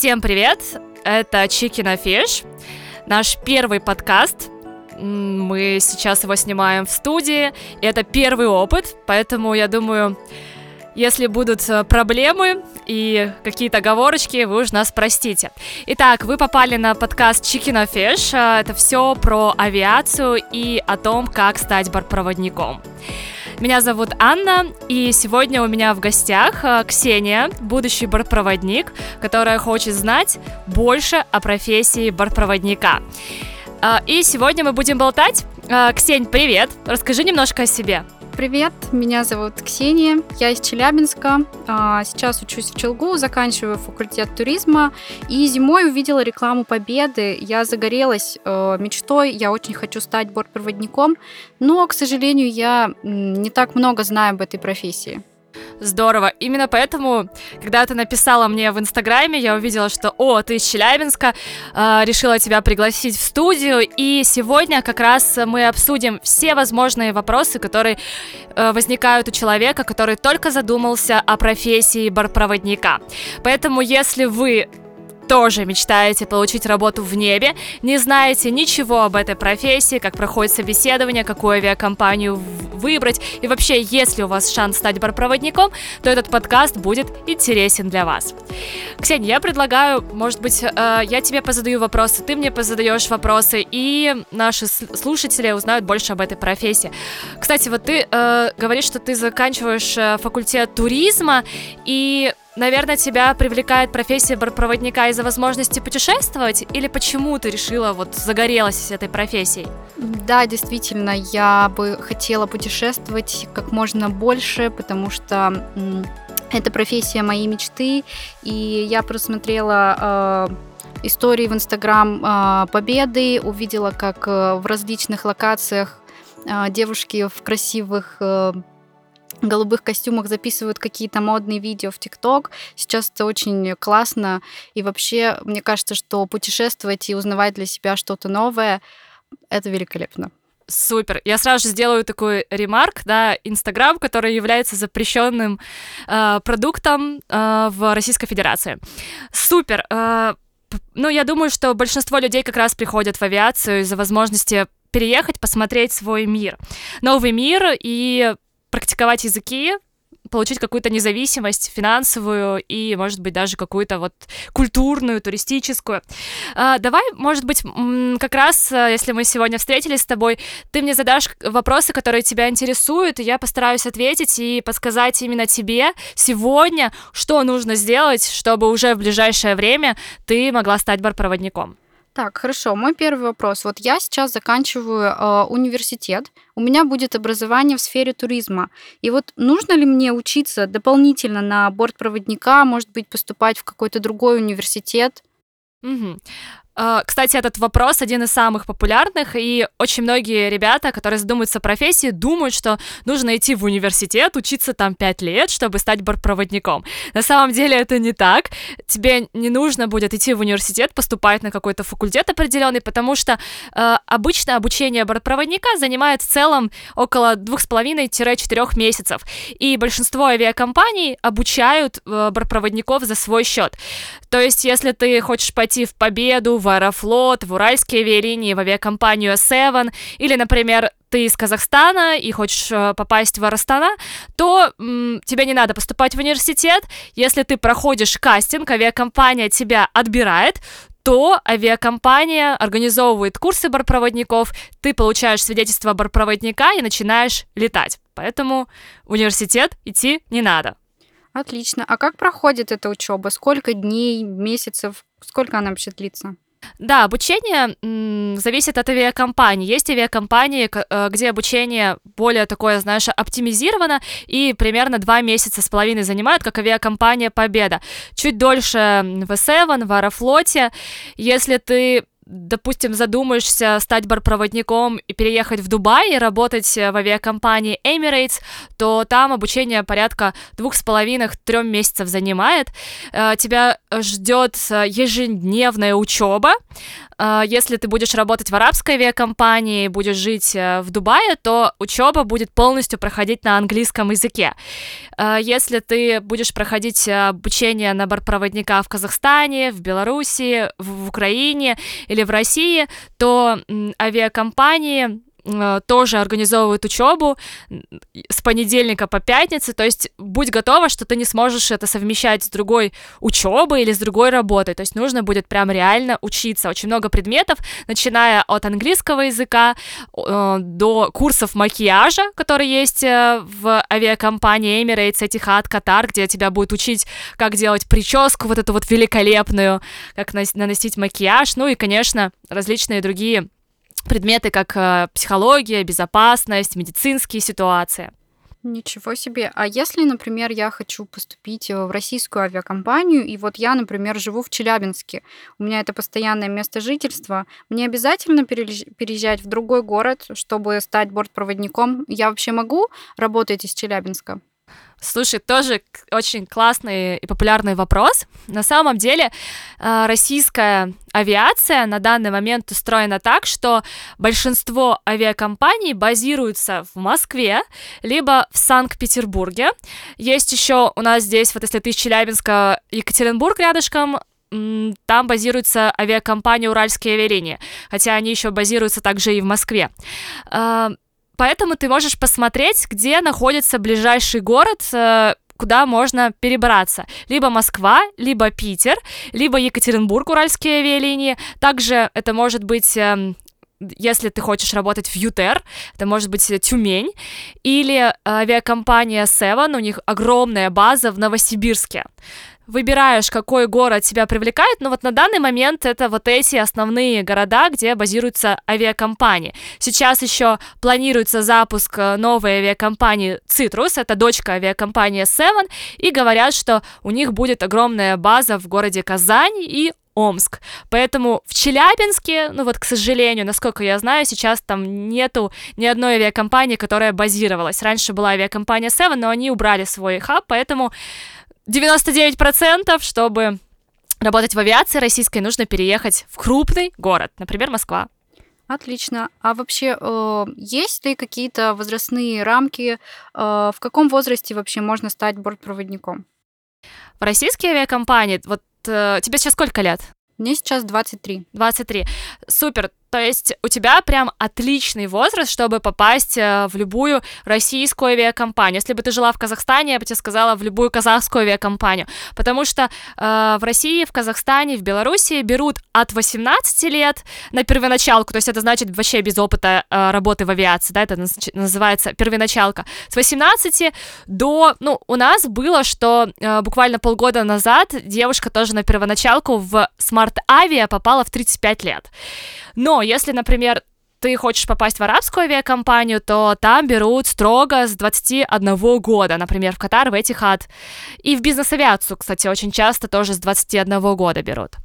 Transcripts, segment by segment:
Всем привет! Это Chicken and Fish, наш первый подкаст. Мы сейчас его снимаем в студии, и это первый опыт, поэтому я думаю, если будут проблемы и какие-то оговорочки, вы уж нас простите. Итак, вы попали на подкаст Chicken and Fish. Это все про авиацию и о том, как стать бортпроводником. Меня зовут Анна, и сегодня у меня в гостях Ксения, будущий бортпроводник, которая хочет знать больше о профессии бортпроводника. И сегодня мы будем болтать. Ксень, привет! Расскажи немножко о себе. Привет, меня зовут Ксения, я из Челябинска, сейчас учусь в ЧелГУ, заканчиваю факультет туризма, и зимой увидела рекламу Победы, я загорелась мечтой, я очень хочу стать бортпроводником, но, к сожалению, я не так много знаю об этой профессии. Здорово. Именно поэтому, когда ты написала мне в Инстаграме, я увидела, что ты из Челябинска, решила тебя пригласить в студию, и сегодня как раз мы обсудим все возможные вопросы, которые возникают у человека, который только задумался о профессии бортпроводника. Поэтому, если вы тоже мечтаете получить работу в небе, не знаете ничего об этой профессии, как проходит собеседование, какую авиакомпанию выбрать, и вообще, если у вас шанс стать бортпроводником, то этот подкаст будет интересен для вас. Ксения, я предлагаю, может быть, я тебе позадаю вопросы, ты мне позадаешь вопросы, и наши слушатели узнают больше об этой профессии. Кстати, вот ты говоришь, что ты заканчиваешь факультет туризма, и наверное, тебя привлекает профессия бортпроводника из-за возможности путешествовать? Или почему ты решила, загорелась этой профессией? Да, действительно, я бы хотела путешествовать как можно больше, потому что это профессия моей мечты, и я просмотрела истории в Инстаграм Победы, увидела, как в различных локациях девушки в красивых голубых костюмах записывают какие-то модные видео в ТикТок. Сейчас это очень классно. И вообще, мне кажется, что путешествовать и узнавать для себя что-то новое — это великолепно. Супер. Я сразу же сделаю такой ремарк, да, Инстаграм, который является запрещенным продуктом в Российской Федерации. Супер. Я думаю, что большинство людей как раз приходят в авиацию из-за возможности переехать, посмотреть свой мир. Новый мир и практиковать языки, получить какую-то независимость финансовую и, может быть, даже какую-то культурную, туристическую. Давай, может быть, как раз, если мы сегодня встретились с тобой, ты мне задашь вопросы, которые тебя интересуют, и я постараюсь ответить и подсказать именно тебе сегодня, что нужно сделать, чтобы уже в ближайшее время ты могла стать бортпроводником. Так, хорошо. Мой первый вопрос. Я сейчас заканчиваю университет, у меня будет образование в сфере туризма. И нужно ли мне учиться дополнительно на бортпроводника, может быть, поступать в какой-то другой университет? Угу. Кстати, этот вопрос один из самых популярных, и очень многие ребята, которые задумываются о профессии, думают, что нужно идти в университет, учиться там 5 лет, чтобы стать бортпроводником. На самом деле это не так. Тебе не нужно будет идти в университет, поступать на какой-то факультет определенный, потому что обычно обучение бортпроводника занимает в целом около 2,5-4 месяцев. И большинство авиакомпаний обучают бортпроводников за свой счет. То есть, если ты хочешь пойти в Победу, в Аэрофлот, в Уральские авиалинии, в авиакомпанию S7, или, например, ты из Казахстана и хочешь попасть в Астана, то тебе не надо поступать в университет. Если ты проходишь кастинг, авиакомпания тебя отбирает, то авиакомпания организовывает курсы бортпроводников, ты получаешь свидетельство бортпроводника и начинаешь летать. Поэтому в университет идти не надо. Отлично. А как проходит эта учеба? Сколько дней, месяцев? Сколько она вообще длится? Да, обучение зависит от авиакомпании. Есть авиакомпании, где обучение более такое, оптимизировано, и примерно 2,5 месяца занимает, как авиакомпания Победа. Чуть дольше в S7, в Аэрофлоте. Если ты допустим, задумаешься стать бортпроводником и переехать в Дубай и работать в авиакомпании Emirates, то там обучение порядка 2,5-3 месяцев занимает. Тебя ждет ежедневная учеба. Если ты будешь работать в арабской авиакомпании, будешь жить в Дубае, то учеба будет полностью проходить на английском языке. Если ты будешь проходить обучение на бортпроводника в Казахстане, в Беларуси, в Украине или в России, то авиакомпании тоже организовывают учебу с понедельника по пятницу, то есть будь готова, что ты не сможешь это совмещать с другой учебой или с другой работой, то есть нужно будет прям реально учиться. Очень много предметов, начиная от английского языка до курсов макияжа, которые есть в авиакомпании Emirates, Etihad, Qatar, где тебя будут учить, как делать прическу вот эту вот великолепную, как наносить макияж, ну и, конечно, различные другие предметы, как психология, безопасность, медицинские ситуации. Ничего себе. А если, например, я хочу поступить в российскую авиакомпанию, и вот я, например, живу в Челябинске, у меня это постоянное место жительства, мне обязательно переезжать в другой город, чтобы стать бортпроводником? Я вообще могу работать из Челябинска? Слушай, тоже очень классный и популярный вопрос. На самом деле, российская авиация на данный момент устроена так, что большинство авиакомпаний базируются в Москве, либо в Санкт-Петербурге. Есть еще у нас здесь, вот если ты из Челябинска, Екатеринбург рядышком, там базируется авиакомпания «Уральские авиалинии», хотя они еще базируются также и в Москве. Поэтому ты можешь посмотреть, где находится ближайший город, куда можно перебраться. Либо Москва, либо Питер, либо Екатеринбург, Уральские авиалинии. Также это может быть, если ты хочешь работать в ЮТР, это может быть Тюмень, или авиакомпания Seven, у них огромная база в Новосибирске. Выбираешь, какой город тебя привлекает, но вот на данный момент это вот эти основные города, где базируются авиакомпании. Сейчас еще планируется запуск новой авиакомпании Citrus, это дочка авиакомпании Seven, и говорят, что у них будет огромная база в городе Казань и Омск. Поэтому в Челябинске, ну вот, к сожалению, насколько я знаю, сейчас там нету ни одной авиакомпании, которая базировалась. Раньше была авиакомпания Seven, но они убрали свой хаб, поэтому 99%, чтобы работать в авиации российской, нужно переехать в крупный город, например, Москва. Отлично. А вообще, есть ли какие-то возрастные рамки? В каком возрасте вообще можно стать бортпроводником? В российские авиакомпании, вот тебе сейчас сколько лет? Мне сейчас 23. 23. Супер. То есть у тебя прям отличный возраст, чтобы попасть в любую российскую авиакомпанию. Если бы ты жила в Казахстане, я бы тебе сказала, в любую казахскую авиакомпанию. Потому что в России, в Казахстане, в Беларуси берут от 18 лет на первоначалку, то есть это значит вообще без опыта работы в авиации, да, это называется первоначалка. С 18 до... Ну, у нас было, что буквально полгода назад девушка тоже на первоначалку в Smart Avia попала в 35 лет. Но если, например, ты хочешь попасть в арабскую авиакомпанию, то там берут строго с 21 года, например, в Катар, в Etihad. И в бизнес-авиацию, кстати, очень часто тоже с 21 года берут.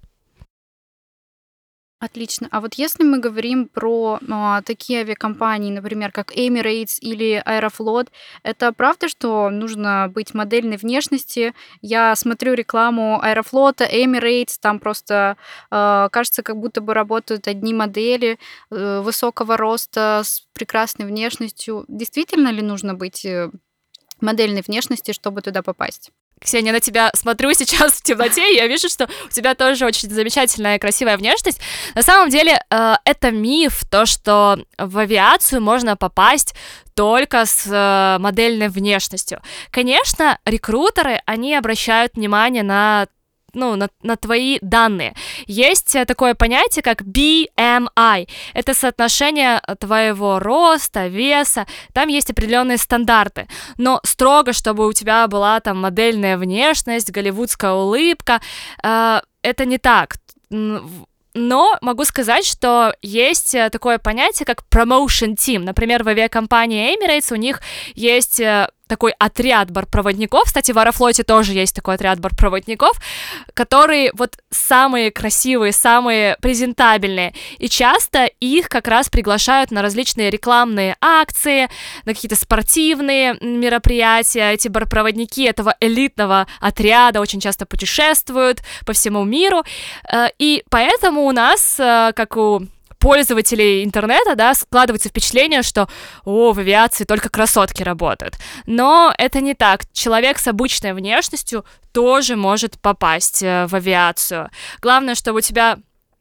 Отлично. А вот если мы говорим про такие авиакомпании, например, как Emirates или Аэрофлот, это правда, что нужно быть модельной внешности? Я смотрю рекламу Аэрофлота, Emirates, там просто кажется, как будто бы работают одни модели высокого роста с прекрасной внешностью. Действительно ли нужно быть модельной внешности, чтобы туда попасть? Ксения, на тебя смотрю сейчас в темноте, и я вижу, что у тебя тоже очень замечательная и красивая внешность. На самом деле, это миф, то, что в авиацию можно попасть только с модельной внешностью. Конечно, рекрутеры, они обращают внимание на твои данные. Есть такое понятие, как BMI. Это соотношение твоего роста, веса. Там есть определенные стандарты. Но строго, чтобы у тебя была там модельная внешность, голливудская улыбка, это не так. Но могу сказать, что есть такое понятие, как promotion team. Например, в авиакомпании Emirates у них есть такой отряд бортпроводников, кстати, в Аэрофлоте тоже есть такой отряд бортпроводников, которые вот самые красивые, самые презентабельные, и часто их как раз приглашают на различные рекламные акции, на какие-то спортивные мероприятия. Эти бортпроводники этого элитного отряда очень часто путешествуют по всему миру, и поэтому у нас, как у пользователей интернета, да, складывается впечатление, что в авиации только красотки работают. Но это не так. Человек с обычной внешностью тоже может попасть в авиацию. Главное, чтобы у тебя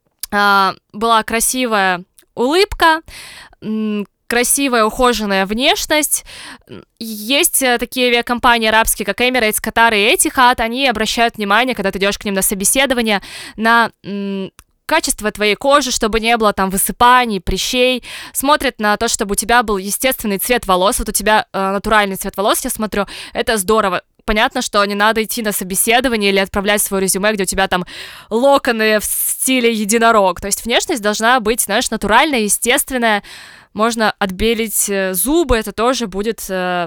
была красивая улыбка, красивая, ухоженная внешность. Есть такие авиакомпании арабские, как Emirates, Qatar и Etihad, они обращают внимание, когда ты идешь к ним на собеседование, на качество твоей кожи, чтобы не было там высыпаний, прыщей, смотрят на то, чтобы у тебя был естественный цвет волос, вот у тебя натуральный цвет волос, я смотрю, это здорово. Понятно, что не надо идти на собеседование или отправлять свое резюме, где у тебя там локоны в стиле единорог, то есть внешность должна быть, знаешь, натуральная, естественная, можно отбелить зубы, это тоже будет,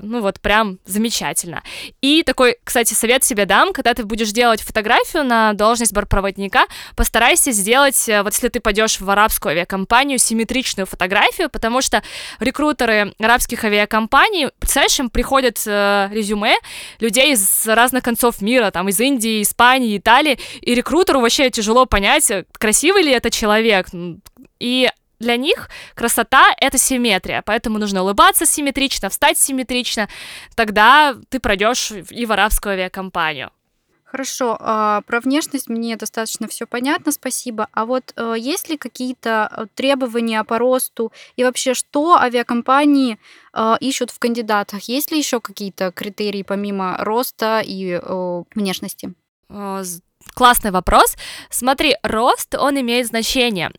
прям замечательно. И такой, кстати, совет себе дам, когда ты будешь делать фотографию на должность бортпроводника, постарайся сделать, вот если ты пойдешь в арабскую авиакомпанию, симметричную фотографию, потому что рекрутеры арабских авиакомпаний, представляешь, им приходят резюме людей из разных концов мира, там, из Индии, Испании, Италии, и рекрутеру вообще тяжело понять, красивый ли это человек, и для них красота — это симметрия, поэтому нужно улыбаться симметрично, встать симметрично, тогда ты пройдешь и в арабскую авиакомпанию. Хорошо, про внешность мне достаточно все понятно, спасибо. А вот есть ли какие-то требования по росту и вообще что авиакомпании ищут в кандидатах? Есть ли еще какие-то критерии помимо роста и внешности? Классный вопрос. Смотри, рост, он имеет значение.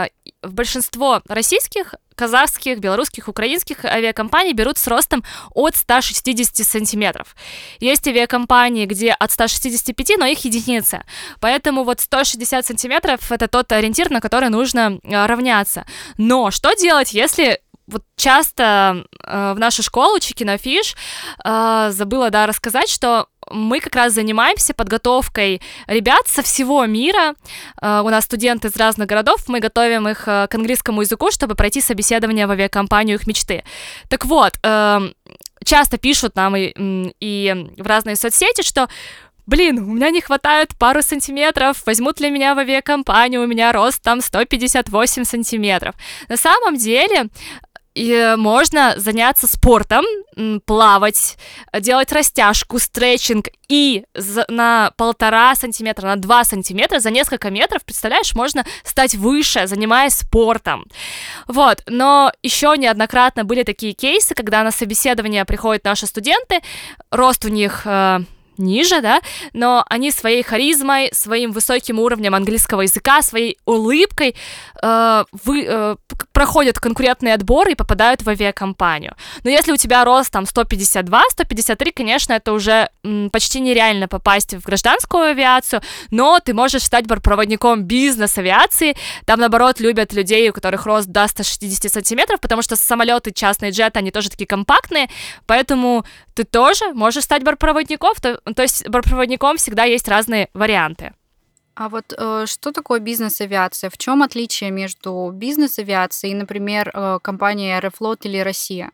В большинство российских, казахских, белорусских, украинских авиакомпаний берут с ростом от 160 сантиметров. Есть авиакомпании, где от 165, но их единицы. Поэтому вот 160 сантиметров — это тот ориентир, на который нужно равняться. Но что делать, если вот часто в нашу школу Chicken-O-Fish забыла, рассказать, что мы как раз занимаемся подготовкой ребят со всего мира. У нас студенты из разных городов, мы готовим их к английскому языку, чтобы пройти собеседование в авиакомпанию их мечты. Так вот, часто пишут нам и в разные соцсети, что у меня не хватает пару сантиметров, возьмут ли меня в авиакомпанию, у меня рост там 158 сантиметров. На самом деле и можно заняться спортом, плавать, делать растяжку, стретчинг, и на 1,5 сантиметра, на 2 сантиметра, за несколько метров, представляешь, можно стать выше, занимаясь спортом. Вот, но еще неоднократно были такие кейсы, когда на собеседование приходят наши студенты, рост у них ниже, но они своей харизмой, своим высоким уровнем английского языка, своей улыбкой проходят конкурентный отбор и попадают в авиакомпанию. Но если у тебя рост там 152, 153, конечно, это уже почти нереально попасть в гражданскую авиацию, но ты можешь стать бортпроводником бизнес-авиации, там, наоборот, любят людей, у которых рост до 160 сантиметров, потому что самолеты, частные джеты, они тоже такие компактные, поэтому ты тоже можешь стать бортпроводником, то есть бортпроводником всегда есть разные варианты. А вот что такое бизнес-авиация? В чем отличие между бизнес-авиацией и, например, компанией Аэрофлот или Россия?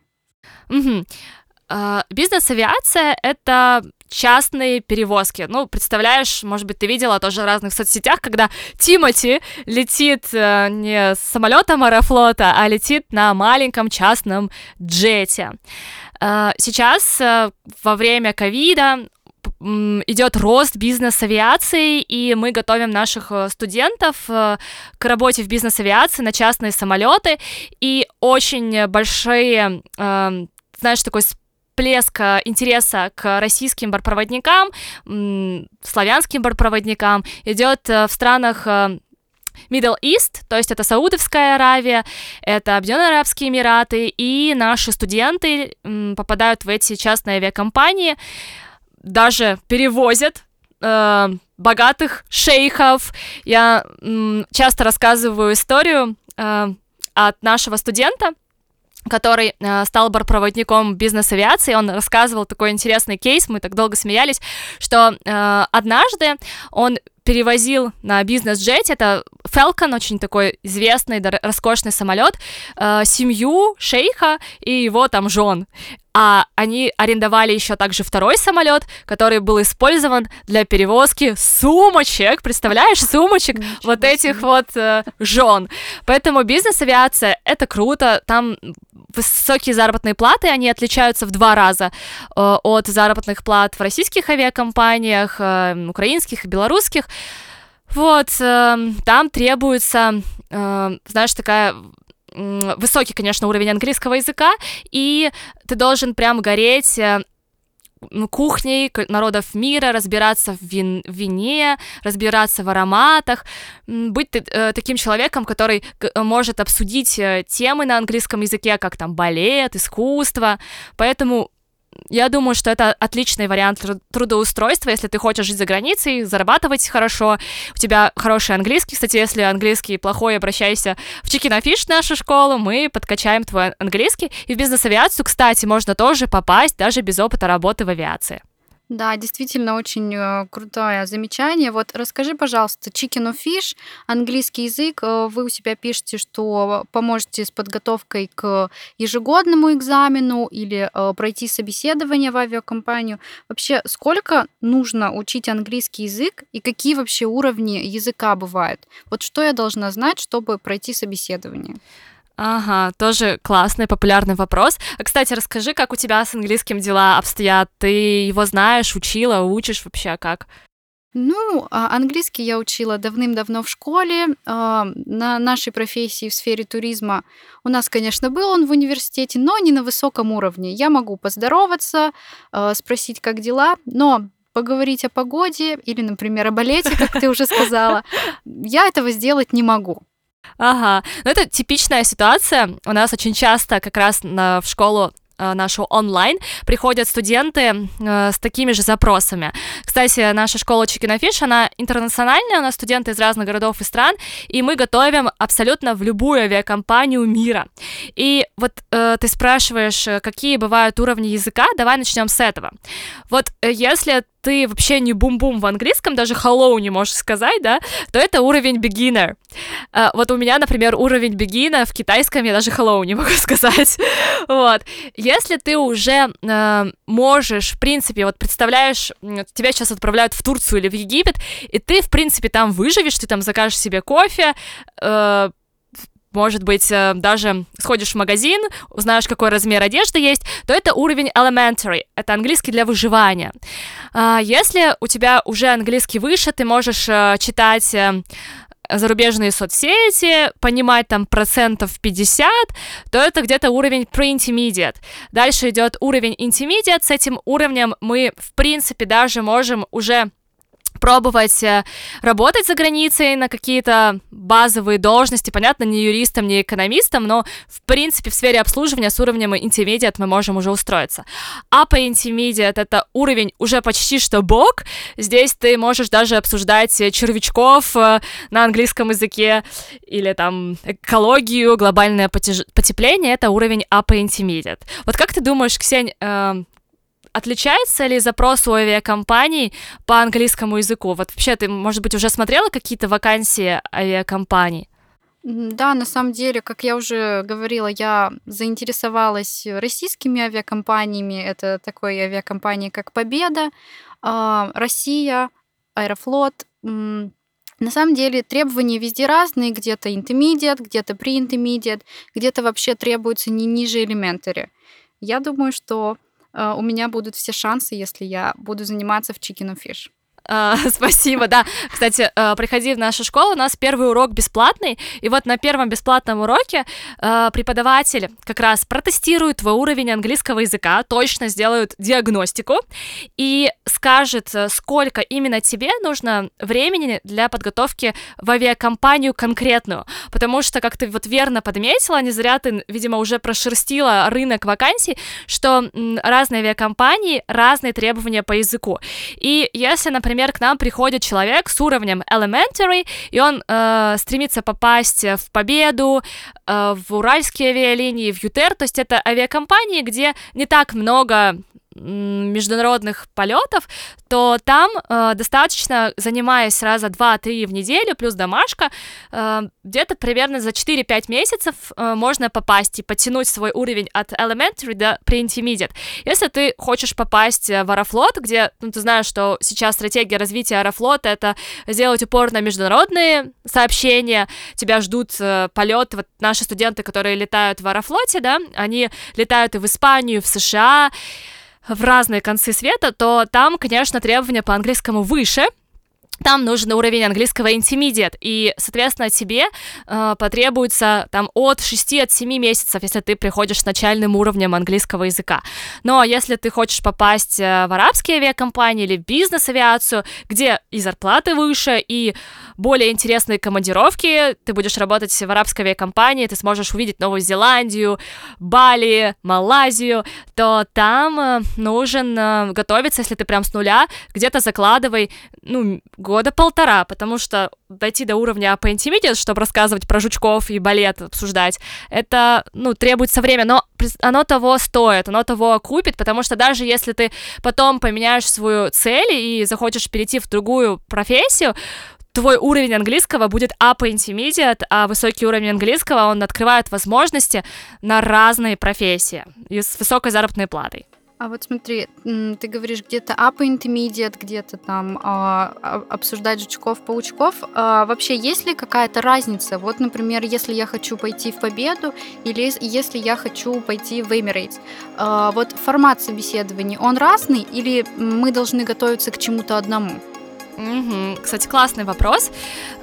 Бизнес-авиация — это частные перевозки. Представляешь, может быть, ты видела тоже в разных соцсетях, когда Тимоти летит не с самолетом Аэрофлота, а летит на маленьком частном джете. Сейчас, во время ковида, идет рост бизнес-авиации, и мы готовим наших студентов к работе в бизнес-авиации на частные самолеты, и очень большие, такой всплеск интереса к российским бортпроводникам, славянским бортпроводникам идет в странах Middle East, то есть это Саудовская Аравия, это Объединенные Арабские Эмираты, и наши студенты попадают в эти частные авиакомпании, даже перевозят богатых шейхов. Я часто рассказываю историю от нашего студента, который стал бортпроводником бизнес-авиации, он рассказывал такой интересный кейс, мы так долго смеялись, что однажды он перевозил на бизнес-джете, это Falcon, очень такой известный, роскошный самолет, семью шейха и его там жен. А они арендовали еще также второй самолет, который был использован для перевозки сумочек, представляешь, сумочек вот этих вот жен. Поэтому бизнес-авиация — это круто, там высокие заработные платы, они отличаются в 2 раза от заработных плат в российских авиакомпаниях, украинских и белорусских. Вот, там требуется, знаешь, такая высокий, конечно, уровень английского языка, и ты должен прям гореть кухней народов мира, разбираться в вине, разбираться в ароматах, быть таким человеком, который может обсудить темы на английском языке, как там балет, искусство, поэтому я думаю, что это отличный вариант трудоустройства, если ты хочешь жить за границей, зарабатывать хорошо, у тебя хороший английский. Кстати, если английский плохой, обращайся в Chicken and Fish, нашу школу, мы подкачаем твой английский. И в бизнес-авиацию, кстати, можно тоже попасть, даже без опыта работы в авиации. Да, действительно очень крутое замечание. Вот расскажи, пожалуйста, chicken or fish, английский язык, вы у себя пишете, что поможете с подготовкой к ежегодному экзамену или пройти собеседование в авиакомпанию. Вообще, сколько нужно учить английский язык и какие вообще уровни языка бывают? Вот что я должна знать, чтобы пройти собеседование? Ага, тоже классный, популярный вопрос. Кстати, расскажи, как у тебя с английским дела обстоят? Ты его знаешь, учила, учишь вообще как? Ну, английский я учила давным-давно в школе. На нашей профессии в сфере туризма у нас, конечно, был он в университете, но не на высоком уровне. Я могу поздороваться, спросить, как дела, но поговорить о погоде или, например, о балете, как ты уже сказала, я этого сделать не могу. Ага, ну это типичная ситуация. У нас очень часто как раз в школу нашу онлайн приходят студенты с такими же запросами. Кстати, наша школа Chicken and Fish, она интернациональная, у нас студенты из разных городов и стран, и мы готовим абсолютно в любую авиакомпанию мира. И вот ты спрашиваешь, какие бывают уровни языка, давай начнем с этого. Вот если ты вообще не бум-бум в английском, даже hello не можешь сказать, да, то это уровень beginner. Вот у меня, например, уровень beginner в китайском я даже hello не могу сказать. Вот. Если ты уже можешь, в принципе, вот представляешь, тебя сейчас отправляют в Турцию или в Египет, и ты, в принципе, там выживешь, ты там закажешь себе кофе, может быть, даже сходишь в магазин, узнаешь, какой размер одежды есть, то это уровень elementary, это английский для выживания. Если у тебя уже английский выше, ты можешь читать зарубежные соцсети, понимать там 50%, то это где-то уровень pre-intermediate. Дальше идет уровень intermediate, с этим уровнем мы, в принципе, даже можем уже пробовать работать за границей на какие-то базовые должности, понятно, не юристом, не экономистом, но, в принципе, в сфере обслуживания с уровнем intermediate мы можем уже устроиться. Upper intermediate — это уровень уже почти что бог, здесь ты можешь даже обсуждать червячков на английском языке или там экологию, глобальное потепление — это уровень upper intermediate. Вот как ты думаешь, Ксень, отличается ли запрос у авиакомпаний по английскому языку? Вот вообще ты, может быть, уже смотрела какие-то вакансии авиакомпаний? Да, на самом деле, как я уже говорила, я заинтересовалась российскими авиакомпаниями. Это такой авиакомпании, как Победа, Россия, Аэрофлот. На самом деле требования везде разные, где-то intermediate, где-то pre-intermediate, где-то вообще требуется не ниже elementary. Я думаю, что у меня будут все шансы, если я буду заниматься в Chicken and Fish. Спасибо, да. Кстати, приходи в нашу школу, у нас первый урок бесплатный, и вот на первом бесплатном уроке преподаватель как раз протестирует твой уровень английского языка, точно сделают диагностику и скажет, сколько именно тебе нужно времени для подготовки в авиакомпанию конкретную, потому что, как ты вот верно подметила, не зря ты, видимо, уже прошерстила рынок вакансий, что разные авиакомпании, разные требования по языку, и если, например, например, к нам приходит человек с уровнем elementary, и он стремится попасть в Победу, в Уральские авиалинии, в ЮТР, то есть это авиакомпании, где не так много международных полетов, то там достаточно, занимаясь раза 2-3 в неделю, плюс домашка, где-то примерно за 4-5 месяцев можно попасть и подтянуть свой уровень от elementary до pre-intermediate. Если ты хочешь попасть в Аэрофлот, где, ты знаешь, что сейчас стратегия развития Аэрофлота — это сделать упор на международные сообщения, тебя ждут полеты, вот наши студенты, которые летают в Аэрофлоте, да, они летают и в Испанию, в США, в разные концы света, то там, конечно, требования по английскому выше. Там нужен уровень английского intermediate, и, соответственно, тебе потребуется там от 6-7 месяцев, если ты приходишь с начальным уровнем английского языка. Но если ты хочешь попасть в арабские авиакомпании или в бизнес-авиацию, где и зарплаты выше, и более интересные командировки, ты будешь работать в арабской авиакомпании, ты сможешь увидеть Новую Зеландию, Бали, Малайзию, то там нужен готовиться, если ты прям с нуля, где-то закладывай, года полтора, потому что дойти до уровня по intermediate, чтобы рассказывать про жучков и балет, обсуждать, это, требуется время, но оно того стоит, оно того окупит, потому что даже если ты потом поменяешь свою цель и захочешь перейти в другую профессию, твой уровень английского будет upper intermediate, а высокий уровень английского, он открывает возможности на разные профессии и с высокой заработной платой. А вот смотри, ты говоришь, где-то upper intermediate, где-то там обсуждать жучков-паучков. Вообще, есть ли какая-то разница? Вот, например, если я хочу пойти в Победу или если я хочу пойти в Emirates, вот формат собеседований, он разный или мы должны готовиться к чему-то одному? Кстати, классный вопрос.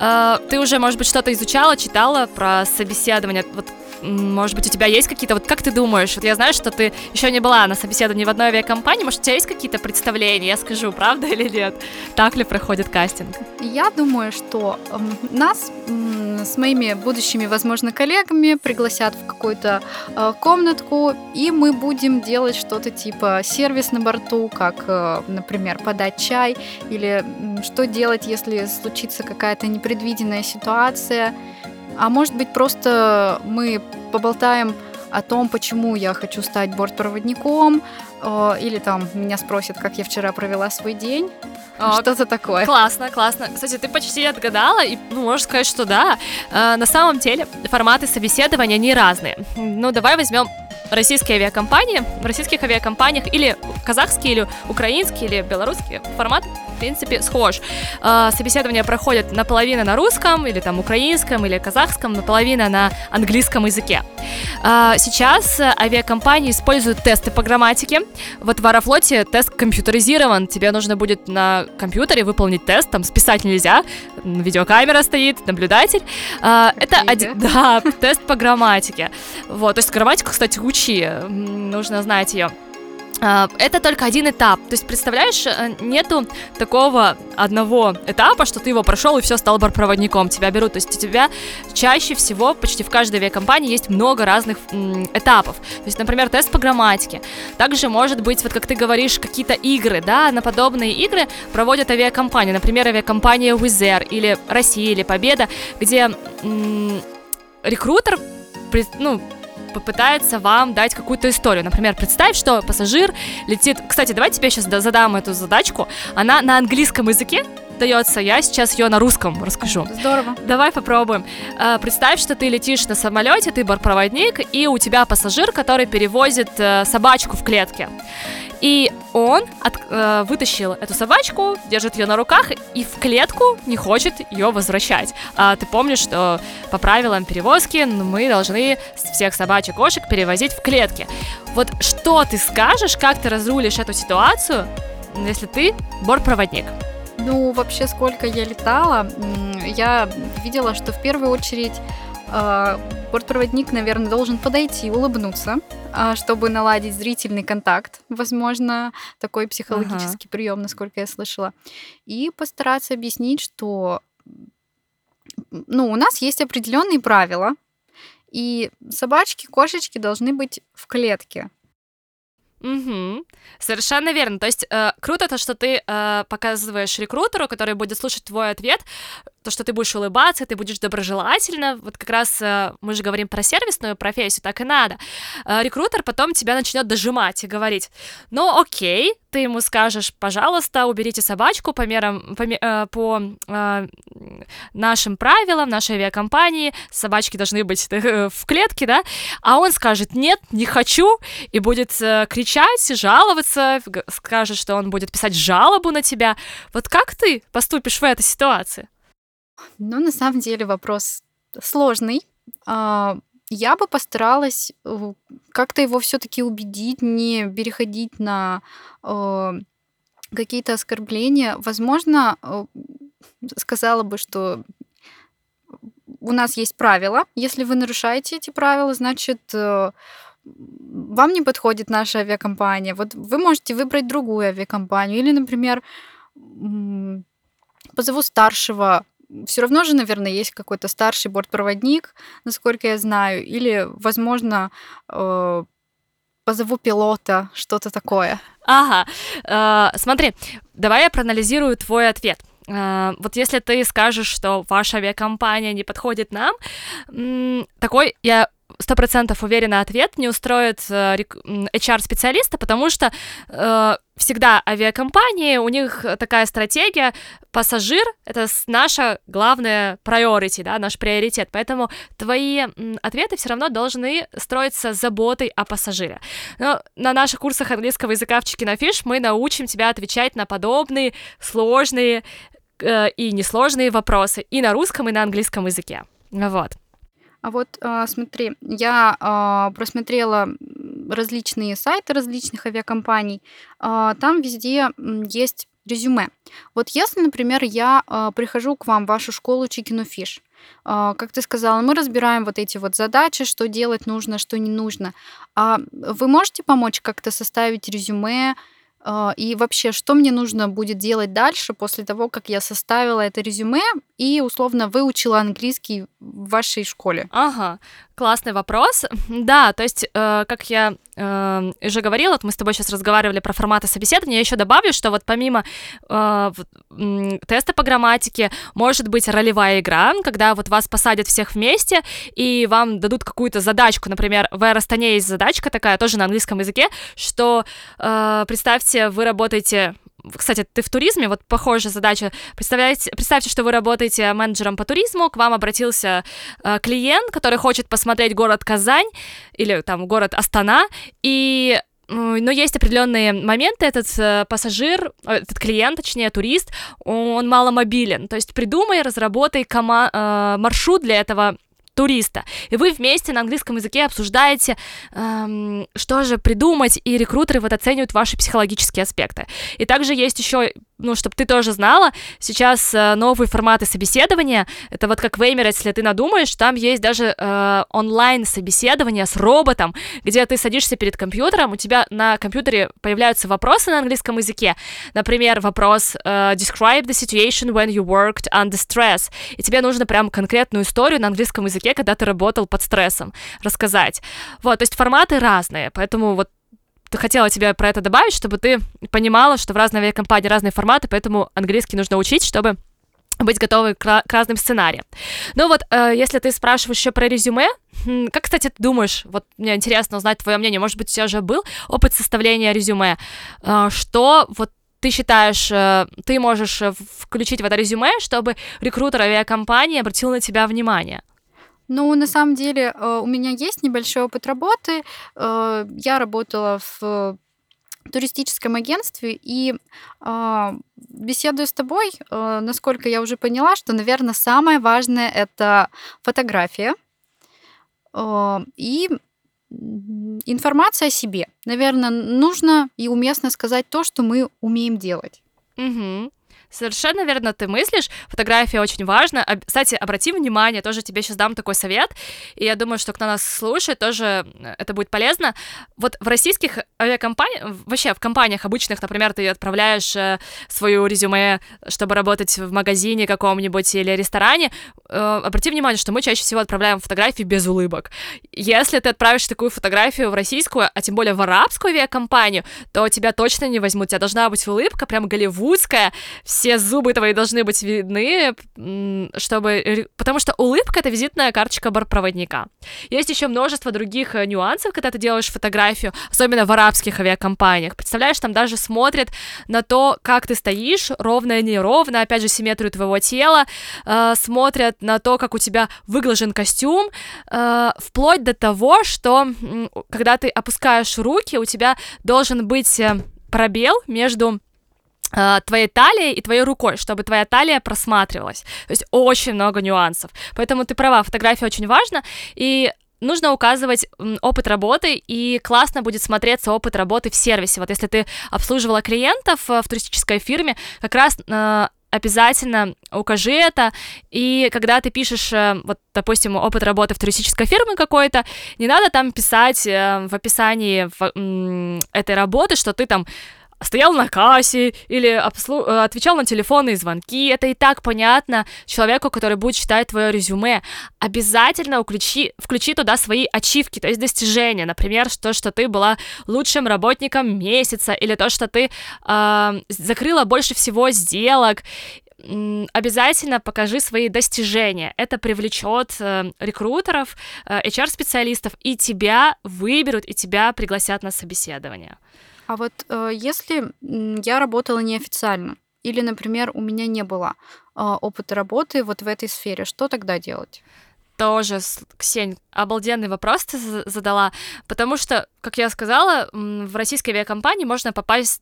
Ты уже, может быть, что-то изучала, читала про собеседование? Вот, может быть, у тебя есть какие-то... Вот как ты думаешь? Вот я знаю, что ты еще не была на собеседовании в одной авиакомпании. Может, у тебя есть какие-то представления? Я скажу, правда или нет? Так ли проходит кастинг? Я думаю, что нас с моими будущими, возможно, коллегами пригласят в какую-то комнатку, и мы будем делать что-то типа сервис на борту, как, например, подать чай, или что делать, если случится какая-то непредвиденная ситуация. А может быть, просто мы поболтаем о том, почему я хочу стать бортпроводником, или там меня спросят, как я вчера провела свой день. Что-то такое. Классно. Кстати, ты почти отгадала, и можно сказать, что да. На самом деле форматы собеседования, они разные. Давай возьмем российские авиакомпании. В российских авиакомпаниях или казахские, или украинские, или белорусские формат, в принципе, схож. Собеседования проходят наполовину на русском, или там украинском, или казахском, наполовину на английском языке. Сейчас авиакомпании используют тесты по грамматике. Вот в Аэрофлоте тест компьютеризирован. Тебе нужно будет на компьютере выполнить тест, там списать нельзя, видеокамера стоит, наблюдатель. Это тест по грамматике. Вот, то есть грамматику, кстати, учи, нужно знать ее. Это только один этап. То есть, представляешь, нету такого одного этапа, что ты его прошел и все, стал бортпроводником. Тебя берут. То есть у тебя чаще всего почти в каждой авиакомпании есть много разных этапов. То есть, например, тест по грамматике. Также может быть, вот как ты говоришь, какие-то игры, да, на подобные игры проводят авиакомпании. Например, авиакомпания Wizz Air или Россия, или Победа, где рекрутер, попытается вам дать какую-то историю. Например, представь, что пассажир летит... Кстати, давай тебе сейчас задам эту задачку. Она на английском языке дается, я сейчас ее на русском расскажу. Здорово. Давай попробуем. Представь, что ты летишь на самолете, ты бортпроводник, и у тебя пассажир, который перевозит собачку в клетке. И он вытащил эту собачку, держит ее на руках и в клетку не хочет ее возвращать. Ты помнишь, что по правилам перевозки мы должны всех собачек, кошек перевозить в клетке. Вот что ты скажешь, как ты разрулишь эту ситуацию, если ты бортпроводник? Вообще, сколько я летала, я видела, что в первую очередь бортпроводник, наверное, должен подойти, улыбнуться, чтобы наладить зрительный контакт, возможно, такой психологический прием, насколько я слышала, и постараться объяснить, что у нас есть определенные правила, и собачки, кошечки должны быть в клетке. Мгм. Совершенно верно. То есть круто то, что ты показываешь рекрутеру, который будет слушать твой ответ, то, что ты будешь улыбаться, ты будешь доброжелательна. Вот как раз мы же говорим про сервисную профессию, так и надо. Рекрутер потом тебя начнет дожимать и говорить: ну окей, ты ему скажешь: пожалуйста, уберите собачку по нашим правилам, нашей авиакомпании, собачки должны быть в клетке, да, а он скажет: нет, не хочу, и будет кричать, жаловаться, скажет, что он будет писать жалобу на тебя. Вот как ты поступишь в этой ситуации? Ну, на самом деле вопрос сложный. Я бы постаралась как-то его все-таки убедить, не переходить на э, какие-то оскорбления. Возможно, сказала бы, что у нас есть правила. Если вы нарушаете эти правила, значит, вам не подходит наша авиакомпания. Вот вы можете выбрать другую авиакомпанию. Или, например, м, позову старшего. Все равно же, наверное, есть какой-то старший бортпроводник, насколько я знаю. Или, возможно, позову пилота, что-то такое. Ага, смотри, давай я проанализирую твой ответ. Вот если ты скажешь, что ваша авиакомпания не подходит нам, такой, я 100% уверена, ответ не устроит HR-специалиста, потому что всегда авиакомпании, у них такая стратегия: пассажир — это наша главная priority, да, наш приоритет, поэтому твои ответы все равно должны строиться заботой о пассажире. Но на наших курсах английского языка в Chicken Fish мы научим тебя отвечать на подобные сложные и несложные вопросы и на русском, и на английском языке. Вот. А вот смотри, я просмотрела различные сайты различных авиакомпаний. Там везде есть резюме. Вот если, например, я прихожу к вам в вашу школу Chicken Fish, как ты сказала, мы разбираем вот эти вот задачи, что делать нужно, что не нужно. А вы можете помочь как-то составить резюме? И вообще, что мне нужно будет делать дальше после того, как я составила это резюме и условно выучила английский в вашей школе? Ага, классный вопрос. Да, то есть, как я уже говорила, вот мы с тобой сейчас разговаривали про форматы собеседования, я еще добавлю, что вот помимо теста по грамматике может быть ролевая игра, когда вот вас посадят всех вместе и вам дадут какую-то задачку. Например, в Air Astana есть задачка такая, тоже на английском языке, что представьте, вы работаете... Кстати, ты в туризме, вот похожая задача. Представьте, что вы работаете менеджером по туризму, к вам обратился клиент, который хочет посмотреть город Казань или там город Астана, но есть определенные моменты, этот пассажир, этот клиент, точнее, турист, он маломобилен. То есть придумай, разработай маршрут для этого туриста. И вы вместе на английском языке обсуждаете, что же придумать, и рекрутеры вот оценивают ваши психологические аспекты. И также есть еще, чтобы ты тоже знала, сейчас новые форматы собеседования. Это вот как в Emirates, если ты надумаешь, там есть даже онлайн-собеседование с роботом, где ты садишься перед компьютером, у тебя на компьютере появляются вопросы на английском языке. Например, вопрос «Describe the situation when you worked under stress». И тебе нужно прям конкретную историю на английском языке, когда ты работал под стрессом, рассказать. Вот, то есть форматы разные, поэтому вот хотела тебе про это добавить, чтобы ты понимала, что в разной авиакомпании разные форматы, поэтому английский нужно учить, чтобы быть готовы к разным сценариям. Ну вот, если ты спрашиваешь еще про резюме, как, кстати, ты думаешь, вот мне интересно узнать твое мнение, может быть, у тебя уже был опыт составления резюме, что вот ты считаешь, ты можешь включить в это резюме, чтобы рекрутер авиакомпании обратил на тебя внимание? Ну, на самом деле, у меня есть небольшой опыт работы. Я работала в туристическом агентстве, и беседуя с тобой, насколько я уже поняла, что, наверное, самое важное — это фотография и информация о себе. Наверное, нужно и уместно сказать то, что мы умеем делать. Угу. Совершенно верно ты мыслишь, фотография очень важна. Кстати, обрати внимание, тоже тебе сейчас дам такой совет, и я думаю, что кто нас слушает, тоже это будет полезно. Вот в российских авиакомпаниях, вообще в компаниях обычных, например, ты отправляешь свое резюме, чтобы работать в магазине каком-нибудь или ресторане, обрати внимание, что мы чаще всего отправляем фотографии без улыбок. Если ты отправишь такую фотографию в российскую, а тем более в арабскую авиакомпанию, то тебя точно не возьмут. У тебя должна быть улыбка, прям голливудская, все зубы твои должны быть видны, потому что улыбка — это визитная карточка бортпроводника. Есть еще множество других нюансов, когда ты делаешь фотографию, особенно в арабских авиакомпаниях. Представляешь, там даже смотрят на то, как ты стоишь, ровно и неровно, опять же, симметрию твоего тела, смотрят на то, как у тебя выглажен костюм, вплоть до того, что когда ты опускаешь руки, у тебя должен быть пробел между твоей талией и твоей рукой, чтобы твоя талия просматривалась. То есть очень много нюансов. Поэтому ты права, фотография очень важна, и нужно указывать опыт работы, и классно будет смотреться опыт работы в сервисе. Вот если ты обслуживала клиентов в туристической фирме, как раз обязательно укажи это, и когда ты пишешь, вот, допустим, опыт работы в туристической фирме какой-то, не надо там писать в описании этой работы, что ты там стоял на кассе или отвечал на телефонные звонки. Это и так понятно человеку, который будет читать твое резюме. Обязательно включи туда свои ачивки, то есть достижения. Например, то, что ты была лучшим работником месяца, или то, что ты закрыла больше всего сделок. Обязательно покажи свои достижения. Это привлечет рекрутеров, HR-специалистов, и тебя выберут, и тебя пригласят на собеседование. А вот если я работала неофициально, или, например, у меня не было опыта работы вот в этой сфере, что тогда делать? Тоже, Ксень, обалденный вопрос ты задала, потому что, как я сказала, в российской авиакомпании можно попасть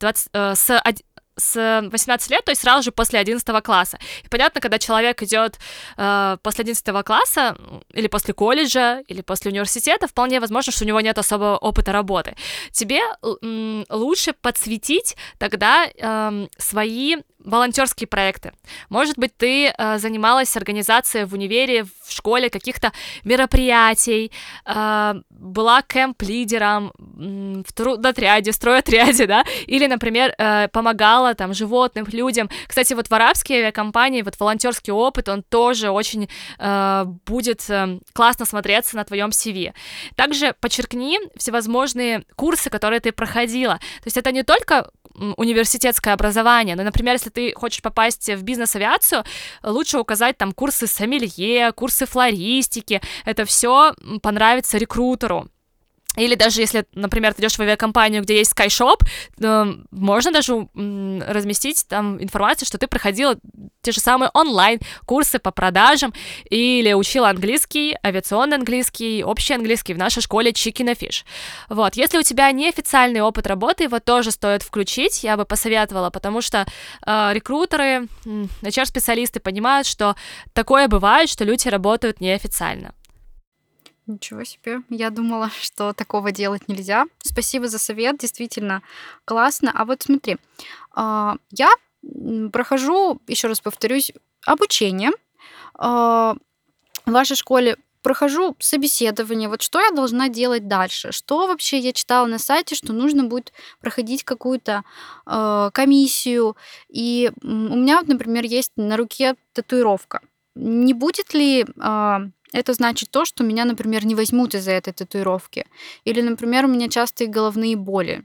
с 18 лет, то есть сразу же после 11 класса. И понятно, когда человек идет после 11 класса, или после колледжа, или после университета, вполне возможно, что у него нет особого опыта работы. Тебе лучше подсветить тогда свои волонтерские проекты. Может быть, ты занималась организацией в универе, в школе каких-то мероприятий, была кэмп-лидером в трудотряде, стройотряде, да, или, например, помогала там животным, людям. Кстати, вот в арабские авиакомпании вот волонтерский опыт, он тоже очень будет классно смотреться на твоем CV. Также подчеркни всевозможные курсы, которые ты проходила. То есть это не только университетское образование, но, например, если ты хочешь попасть в бизнес-авиацию, лучше указать там курсы сомелье, курсы флористики, это все понравится рекрутеру. Или даже если, например, ты идешь в авиакомпанию, где есть SkyShop, можно даже разместить там информацию, что ты проходила те же самые онлайн-курсы по продажам или учила английский, авиационный английский, общий английский в нашей школе Chicken and Fish. Вот, если у тебя неофициальный опыт работы, его тоже стоит включить, я бы посоветовала, потому что рекрутеры, HR-специалисты понимают, что такое бывает, что люди работают неофициально. Ничего себе. Я думала, что такого делать нельзя. Спасибо за совет, действительно классно. А вот смотри, я прохожу, еще раз повторюсь, обучение в вашей школе, прохожу собеседование. Вот что я должна делать дальше? Что вообще я читала на сайте, что нужно будет проходить какую-то комиссию? И у меня, вот, например, есть на руке татуировка. Не будет ли это значит то, что меня, например, не возьмут из-за этой татуировки? Или, например, у меня частые головные боли?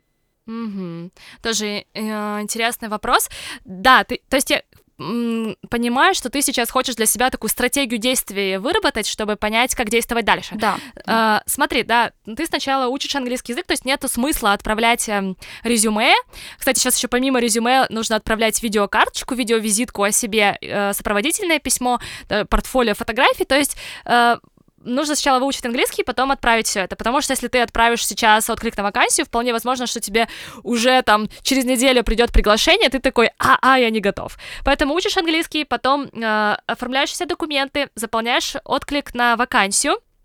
Тоже интересный вопрос. Да, то есть я понимаю, что ты сейчас хочешь для себя такую стратегию действий выработать, чтобы понять, как действовать дальше. Да. Смотри, да, ты сначала учишь английский язык, то есть нету смысла отправлять резюме. Кстати, сейчас еще помимо резюме нужно отправлять видеокарточку, видеовизитку о себе, сопроводительное письмо, портфолио фотографий, то есть нужно сначала выучить английский, потом отправить все это, потому что если ты отправишь сейчас отклик на вакансию, вполне возможно, что тебе уже там через неделю придет приглашение, ты такой, я не готов. Поэтому учишь английский, потом оформляешь все документы, заполняешь отклик на вакансию,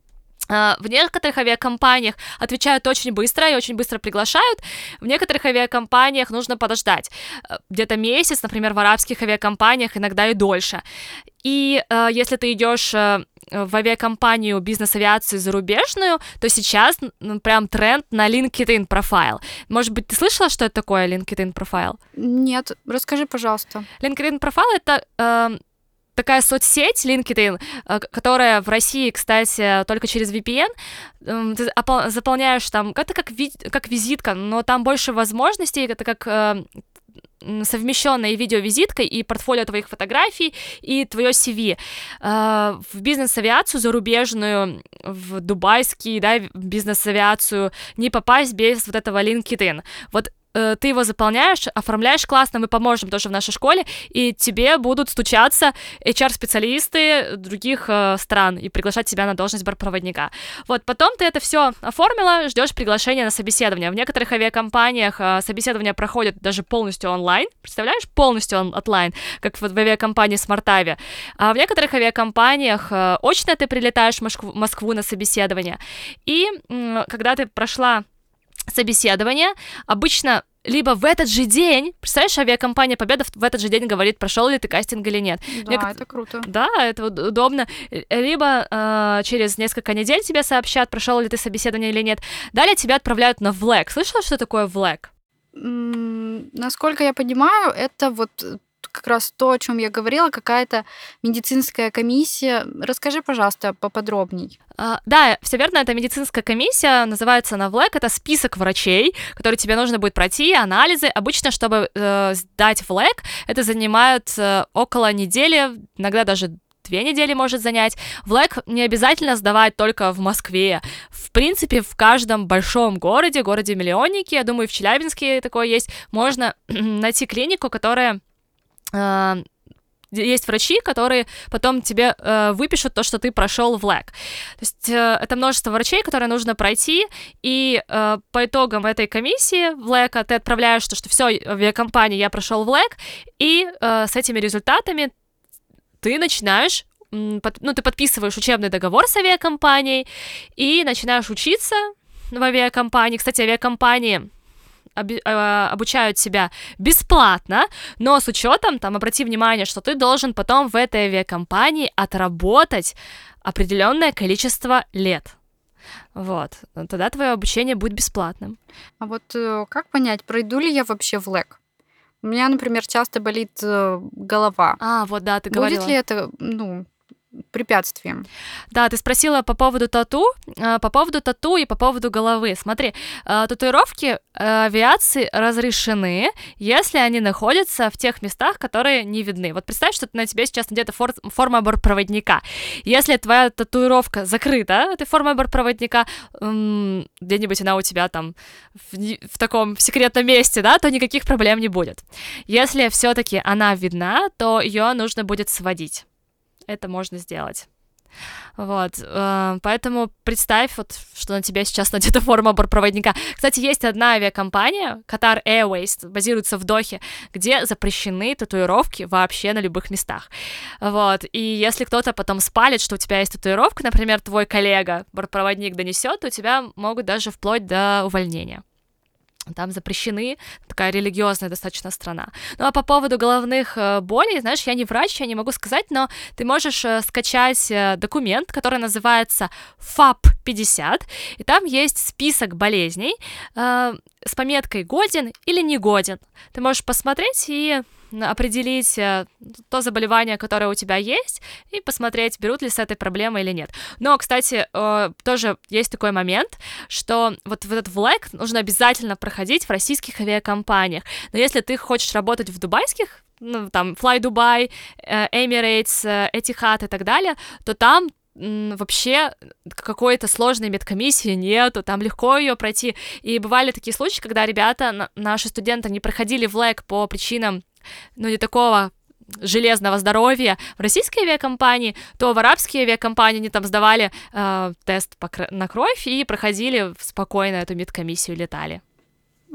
В некоторых авиакомпаниях отвечают очень быстро и очень быстро приглашают. В некоторых авиакомпаниях нужно подождать. Где-то месяц, например, в арабских авиакомпаниях иногда и дольше. И если ты идешь в авиакомпанию бизнес-авиацию зарубежную, то сейчас прям тренд на LinkedIn профайл. Может быть, ты слышала, что это такое LinkedIn профайл? Нет, расскажи, пожалуйста. LinkedIn профайл — это такая соцсеть LinkedIn, которая в России, кстати, только через VPN, ты заполняешь там, это как визитка, но там больше возможностей, это как совмещенная видеовизитка и портфолио твоих фотографий, и твое CV. В бизнес-авиацию зарубежную, в дубайский, да, бизнес-авиацию не попасть без вот этого LinkedIn. Вот ты его заполняешь, оформляешь классно, мы поможем тоже в нашей школе, и тебе будут стучаться HR-специалисты других стран и приглашать тебя на должность бортпроводника. Вот, потом ты это все оформила, ждешь приглашения на собеседование. В некоторых авиакомпаниях собеседование проходит даже полностью онлайн, представляешь, полностью онлайн, как в авиакомпании Smart-Avia. А в некоторых авиакомпаниях очно ты прилетаешь в Москву на собеседование, и когда ты прошла собеседование, обычно либо в этот же день, представляешь, авиакомпания Победа в этот же день говорит, прошел ли ты кастинг или нет. Да, это круто. Да, это удобно. Либо через несколько недель тебе сообщат, прошел ли ты собеседование или нет. Далее тебя отправляют на ВЛЭК. Слышала, что такое ВЛЭК? Насколько я понимаю, это вот как раз то, о чем я говорила, какая-то медицинская комиссия. Расскажи, пожалуйста, поподробней. Да, все верно, это медицинская комиссия, называется она ВЛЭК, это список врачей, которые тебе нужно будет пройти, анализы. Обычно, чтобы сдать ВЛЭК, это занимает около недели, иногда даже 2 недели может занять. ВЛЭК не обязательно сдавать только в Москве. В принципе, в каждом большом городе-миллионнике, я думаю, в Челябинске такое есть, можно найти клинику, которая... Есть врачи, которые потом тебе выпишут то, что ты прошел ВЛЭК. То есть это множество врачей, которые нужно пройти, и по итогам этой комиссии ВЛЭКа ты отправляешь, что все, авиакомпания, я прошел ВЛЭК, и с этими результатами ты начинаешь, ты подписываешь учебный договор с авиакомпанией и начинаешь учиться в авиакомпании. Кстати, авиакомпании обучают себя бесплатно, но с учетом, обрати внимание, что ты должен потом в этой авиакомпании отработать определенное количество лет. Вот, тогда твое обучение будет бесплатным. А вот как понять, пройду ли я вообще ВЛЭК? У меня, например, часто болит голова. Вот да, ты говорила. Будет ли это, препятствием? Да, ты спросила по поводу тату и по поводу головы. Смотри, татуировки авиации разрешены, если они находятся в тех местах, которые не видны. Вот представь, что на тебе сейчас надета форма бортпроводника. Если твоя татуировка закрыта, этой формой бортпроводника, где-нибудь она у тебя там в таком секретном месте, да, то никаких проблем не будет. Если все-таки она видна, то ее нужно будет сводить. Это можно сделать. Вот, поэтому представь, что на тебя сейчас надета форма бортпроводника. Кстати, есть одна авиакомпания, Qatar Airways, базируется в Дохе, где запрещены татуировки вообще на любых местах. Вот, и если кто-то потом спалит, что у тебя есть татуировка, например, твой коллега, бортпроводник, донесет, то тебя могут даже вплоть до увольнения. Там запрещены, такая религиозная достаточно страна. Ну а по поводу головных болей, знаешь, я не врач, я не могу сказать, но ты можешь скачать документ, который называется FAP50, и там есть список болезней с пометкой «годен» или «не годен». Ты можешь посмотреть и определить то заболевание, которое у тебя есть, и посмотреть, берут ли с этой проблемой или нет. Но, кстати, тоже есть такой момент, что вот этот ВЛЭК нужно обязательно проходить в российских авиакомпаниях. Но если ты хочешь работать в дубайских, там, Fly Dubai, Emirates, Etihad и так далее, то там вообще какой-то сложной медкомиссии нету, там легко ее пройти. И бывали такие случаи, когда ребята, наши студенты, не проходили ВЛЭК по причинам не такого железного здоровья в российской авиакомпании, то в арабские авиакомпании они там сдавали тест на кровь и проходили спокойно эту медкомиссию, летали.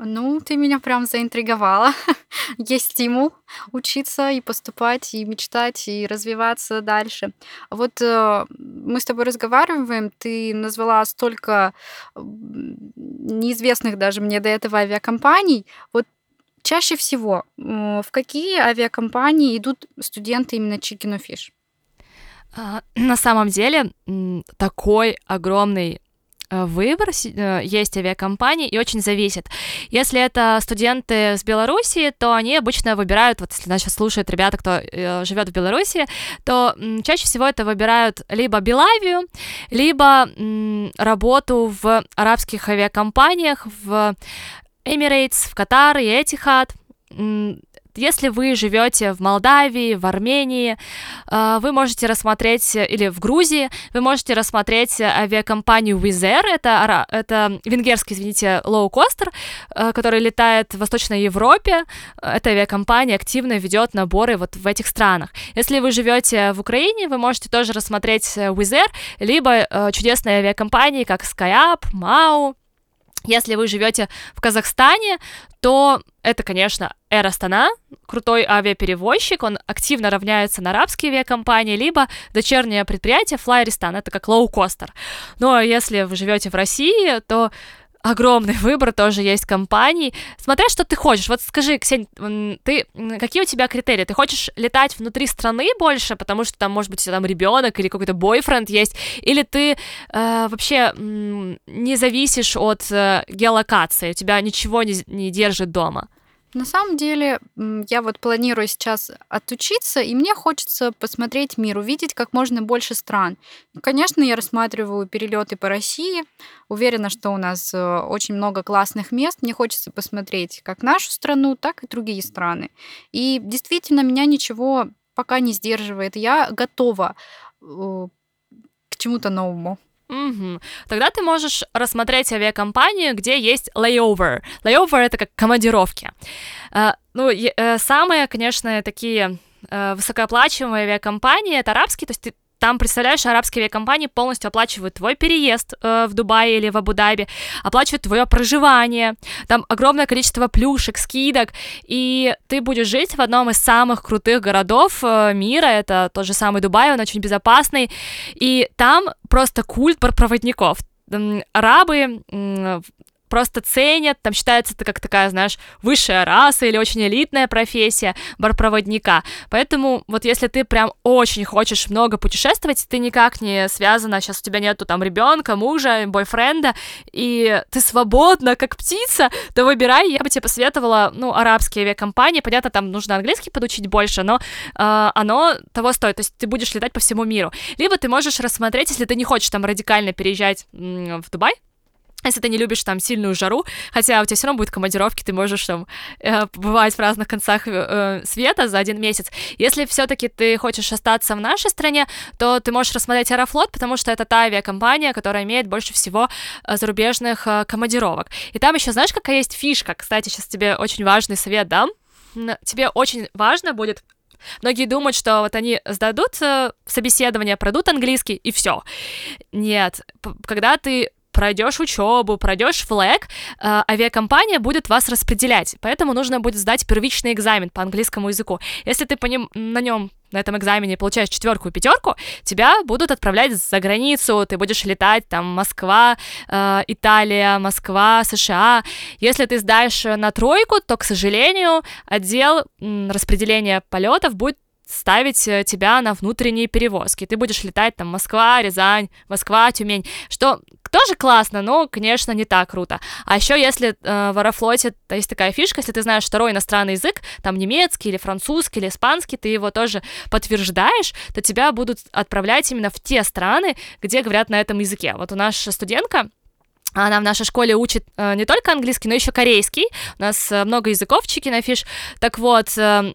Ну, ты меня прям заинтриговала. Есть стимул учиться и поступать, и мечтать, и развиваться дальше. Вот мы с тобой разговариваем, ты назвала столько неизвестных даже мне до этого авиакомпаний. Вот чаще всего в какие авиакомпании идут студенты именно Chicken or Fish? На самом деле такой огромный выбор есть авиакомпаний, и очень зависит. Если это студенты с Беларуси, то они обычно выбирают, вот если нас сейчас слушают ребята, кто живет в Беларуси, то чаще всего это выбирают либо Белавию, либо работу в арабских авиакомпаниях, в Emirates, в Катар и Etihad. Если вы живете в Молдавии, в Армении, вы можете рассмотреть, или в Грузии, вы можете рассмотреть авиакомпанию Wizz Air, это венгерский, извините, лоукостер, который летает в Восточной Европе. Эта авиакомпания активно ведет наборы вот в этих странах. Если вы живете в Украине, вы можете тоже рассмотреть Wizz Air, либо чудесные авиакомпании, как SkyUp, MAU. Если вы живете в Казахстане, то это, конечно, Air Astana, крутой авиаперевозчик, он активно равняется на арабские авиакомпании, либо дочернее предприятие Flyristan, это как лоукостер. Но если вы живете в России, то огромный выбор тоже есть компаний, смотря что ты хочешь. Вот скажи, Ксень, какие у тебя критерии? Ты хочешь летать внутри страны больше, потому что там, может быть, там ребенок или какой-то бойфренд есть, или ты вообще не зависишь от геолокации, у тебя ничего не держит дома? На самом деле, я вот планирую сейчас отучиться, и мне хочется посмотреть мир, увидеть как можно больше стран. Конечно, я рассматриваю перелеты по России. Уверена, что у нас очень много классных мест. Мне хочется посмотреть как нашу страну, так и другие страны. И действительно, меня ничего пока не сдерживает. Я готова к чему-то новому. Угу. Тогда ты можешь рассмотреть авиакомпанию, где есть layover. Layover — это как командировки. Самые, конечно, такие высокооплачиваемые авиакомпании — это арабские, то есть ты там, представляешь, арабские авиакомпании полностью оплачивают твой переезд в Дубае или в Абу-Даби, оплачивают твое проживание, там огромное количество плюшек, скидок, и ты будешь жить в одном из самых крутых городов мира, это тот же самый Дубай, он очень безопасный, и там просто культ бортпроводников. Арабы просто ценят, там считается это как такая, знаешь, высшая раса или очень элитная профессия бортпроводника. Поэтому вот если ты прям очень хочешь много путешествовать, ты никак не связана, сейчас у тебя нету там ребенка, мужа, бойфренда, и ты свободна, как птица, то выбирай, я бы тебе посоветовала, арабские авиакомпании, понятно, там нужно английский подучить больше, но оно того стоит, то есть ты будешь летать по всему миру. Либо ты можешь рассмотреть, если ты не хочешь там радикально переезжать в Дубай, если ты не любишь там сильную жару, хотя у тебя все равно будут командировки, ты можешь там побывать в разных концах света за 1 месяц. Если все-таки ты хочешь остаться в нашей стране, то ты можешь рассмотреть Аэрофлот, потому что это та авиакомпания, которая имеет больше всего зарубежных командировок. И там еще, знаешь, какая есть фишка? Кстати, сейчас тебе очень важный совет дам. Тебе очень важно будет. Многие думают, что вот они сдадут собеседование, пройдут английский и все. Нет, когда ты пройдешь учебу, пройдешь флэг, авиакомпания будет вас распределять, поэтому нужно будет сдать первичный экзамен по английскому языку. Если ты на этом экзамене получаешь 4 и 5, тебя будут отправлять за границу, ты будешь летать там Москва, Италия, Москва, США. Если ты сдаешь на 3, то, к сожалению, отдел распределения полетов будет ставить тебя на внутренние перевозки. Ты будешь летать там Москва, Рязань, Москва, Тюмень, что тоже классно, но, конечно, не так круто. А еще если в Аэрофлоте есть такая фишка, если ты знаешь 2 иностранный язык, там немецкий или французский или испанский, ты его тоже подтверждаешь, то тебя будут отправлять именно в те страны, где говорят на этом языке. Вот у нас студентка, она в нашей школе учит не только английский, но еще корейский. У нас много языков в Chicken or Fish. Так вот,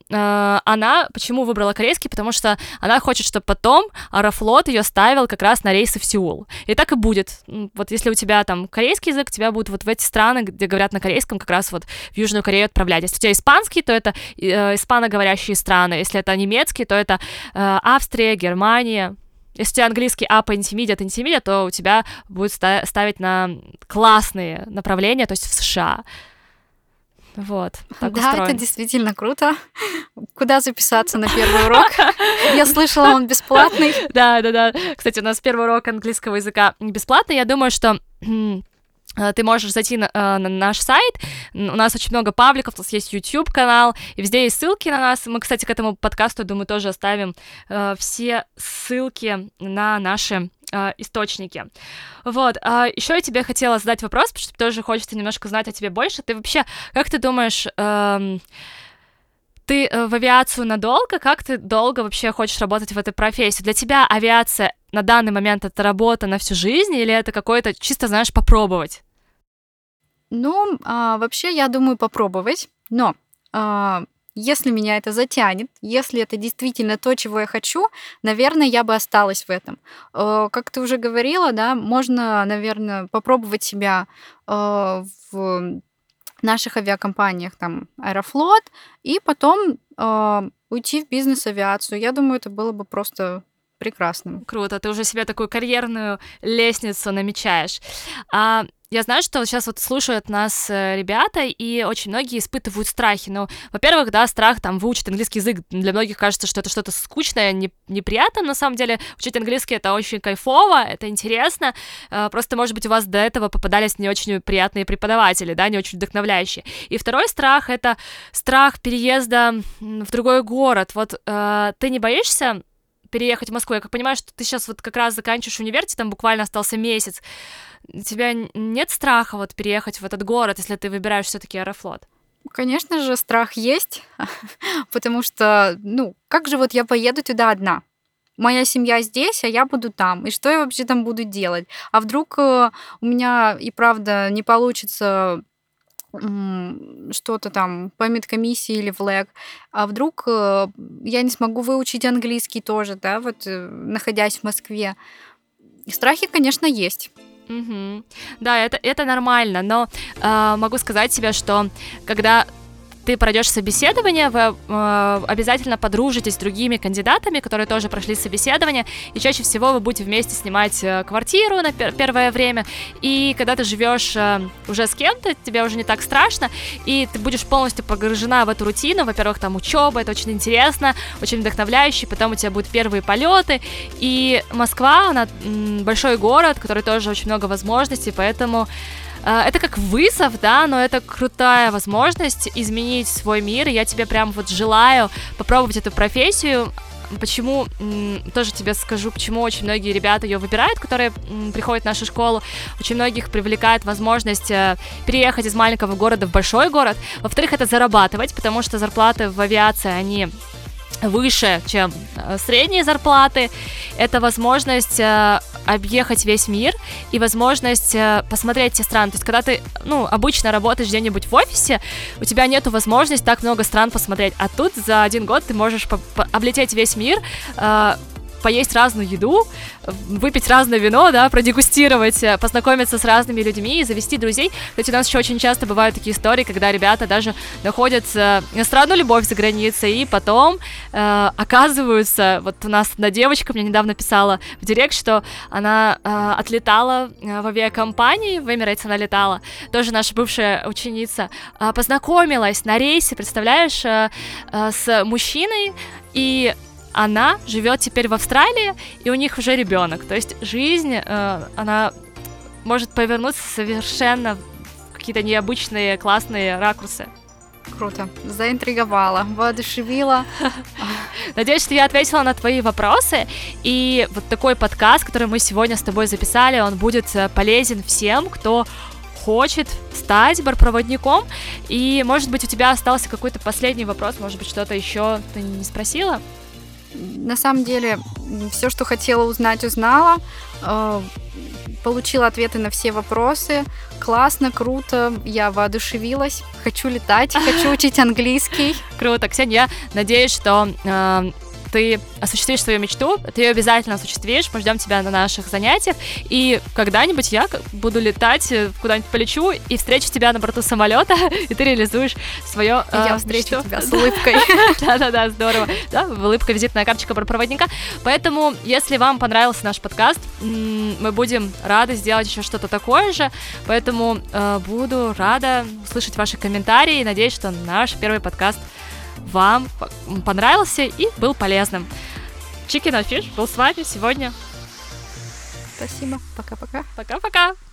она почему выбрала корейский? Потому что она хочет, чтобы потом Аэрофлот ее ставил как раз на рейсы в Сеул. И так и будет. Вот если у тебя там корейский язык, тебя будут вот в эти страны, где говорят на корейском, как раз вот в Южную Корею отправлять. Если у тебя испанский, то это испаноговорящие страны. Если это немецкий, то это Австрия, Германия. Если у тебя английский upper intermediate, то у тебя будет ставить на классные направления, то есть в США. Вот, так Да, это устроен. действительно круто. Куда записаться на первый урок? Я слышала, он бесплатный. Да. Кстати, у нас первый урок английского языка бесплатный. Я думаю, что ты можешь зайти на наш сайт, у нас очень много пабликов, у нас есть YouTube-канал, и везде есть ссылки на нас. Мы, кстати, к этому подкасту, думаю, тоже оставим все ссылки на наши источники. Вот, еще я тебе хотела задать вопрос, потому что тоже хочется немножко знать о тебе больше. Ты вообще, как ты думаешь, ты в авиацию надолго? Как ты долго вообще хочешь работать в этой профессии? Для тебя авиация на данный момент это работа на всю жизнь, или это какое-то чисто, знаешь, попробовать? Ну, вообще, я думаю, попробовать. Но если меня это затянет, если это действительно то, чего я хочу, наверное, я бы осталась в этом. Как ты уже говорила, да, можно, наверное, попробовать себя в наших авиакомпаниях, там, Аэрофлот, и потом уйти в бизнес-авиацию. Я думаю, это было бы просто прекрасным. Круто, ты уже себе такую карьерную лестницу намечаешь. Я знаю, что сейчас вот слушают нас ребята, и очень многие испытывают страхи. Ну, во-первых, да, страх там выучить английский язык. Для многих кажется, что это что-то скучное, неприятно. На самом деле, учить английский — это очень кайфово, это интересно. Просто, может быть, у вас до этого попадались не очень приятные преподаватели, да, не очень вдохновляющие. И второй страх — это страх переезда в другой город. Вот ты не боишься переехать в Москву? Я как понимаю, что ты сейчас вот как раз заканчиваешь универ, там буквально остался месяц. У тебя нет страха вот переехать в этот город, если ты выбираешь все-таки Аэрофлот? Конечно же, страх есть, потому что, как же вот я поеду туда одна? Моя семья здесь, а я буду там. И что я вообще там буду делать? А вдруг у меня и правда не получится что-то там по медкомиссии или в ЛЭК, а вдруг я не смогу выучить английский тоже, да, вот находясь в Москве. Страхи, конечно, есть. Угу. Да, это нормально, но могу сказать тебе, что когда ты пройдешь собеседование, вы обязательно подружитесь с другими кандидатами, которые тоже прошли собеседование, и чаще всего вы будете вместе снимать квартиру на первое время, и когда ты живешь уже с кем-то, тебе уже не так страшно, и ты будешь полностью погружена в эту рутину. Во-первых, там учеба, это очень интересно, очень вдохновляюще, потом у тебя будут первые полеты, и Москва, она большой город, который тоже очень много возможностей, поэтому это как вызов, да, но это крутая возможность изменить свой мир, и я тебе прям вот желаю попробовать эту профессию. Почему, тоже тебе скажу, почему очень многие ребята ее выбирают, которые приходят в нашу школу. Очень многих привлекает возможность переехать из маленького города в большой город. Во-вторых, это зарабатывать, потому что зарплаты в авиации, они выше, чем средние зарплаты. Это возможность объехать весь мир и возможность посмотреть те страны. То есть, когда ты, обычно работаешь где-нибудь в офисе, у тебя нету возможности так много стран посмотреть. А тут за один год ты можешь облететь весь мир, поесть разную еду, выпить разное вино, да, продегустировать, познакомиться с разными людьми и завести друзей. Кстати, у нас еще очень часто бывают такие истории, когда ребята даже находят иностранную любовь за границей, и потом оказываются, вот у нас одна девочка мне недавно писала в директ, что она отлетала в авиакомпании, в Emirates она летала, тоже наша бывшая ученица, познакомилась на рейсе, представляешь, с мужчиной, и она живет теперь в Австралии, и у них уже ребенок. То есть жизнь, она может повернуться совершенно в какие-то необычные, классные ракурсы. Круто. Заинтриговала, воодушевила. Надеюсь, что я ответила на твои вопросы. И вот такой подкаст, который мы сегодня с тобой записали, он будет полезен всем, кто хочет стать бортпроводником. И, может быть, у тебя остался какой-то последний вопрос, может быть, что-то еще ты не спросила? На самом деле, все, что хотела узнать, узнала. Получила ответы на все вопросы. Классно, круто, я воодушевилась. Хочу летать, хочу учить английский. Круто, Ксения, я надеюсь, что ты осуществишь свою мечту, ты ее обязательно осуществишь, мы ждем тебя на наших занятиях, и когда-нибудь я буду летать, куда-нибудь полечу и встречу тебя на борту самолета, и ты реализуешь свое я встречу тебя с улыбкой. Да-да-да, здорово. Да, улыбка, визитная карточка бортпроводника. Поэтому, если вам понравился наш подкаст, мы будем рады сделать еще что-то такое же, поэтому буду рада услышать ваши комментарии, надеюсь, что наш первый подкаст вам понравился и был полезным. Chicken and Fish был с вами сегодня. Спасибо. Пока-пока. Пока-пока.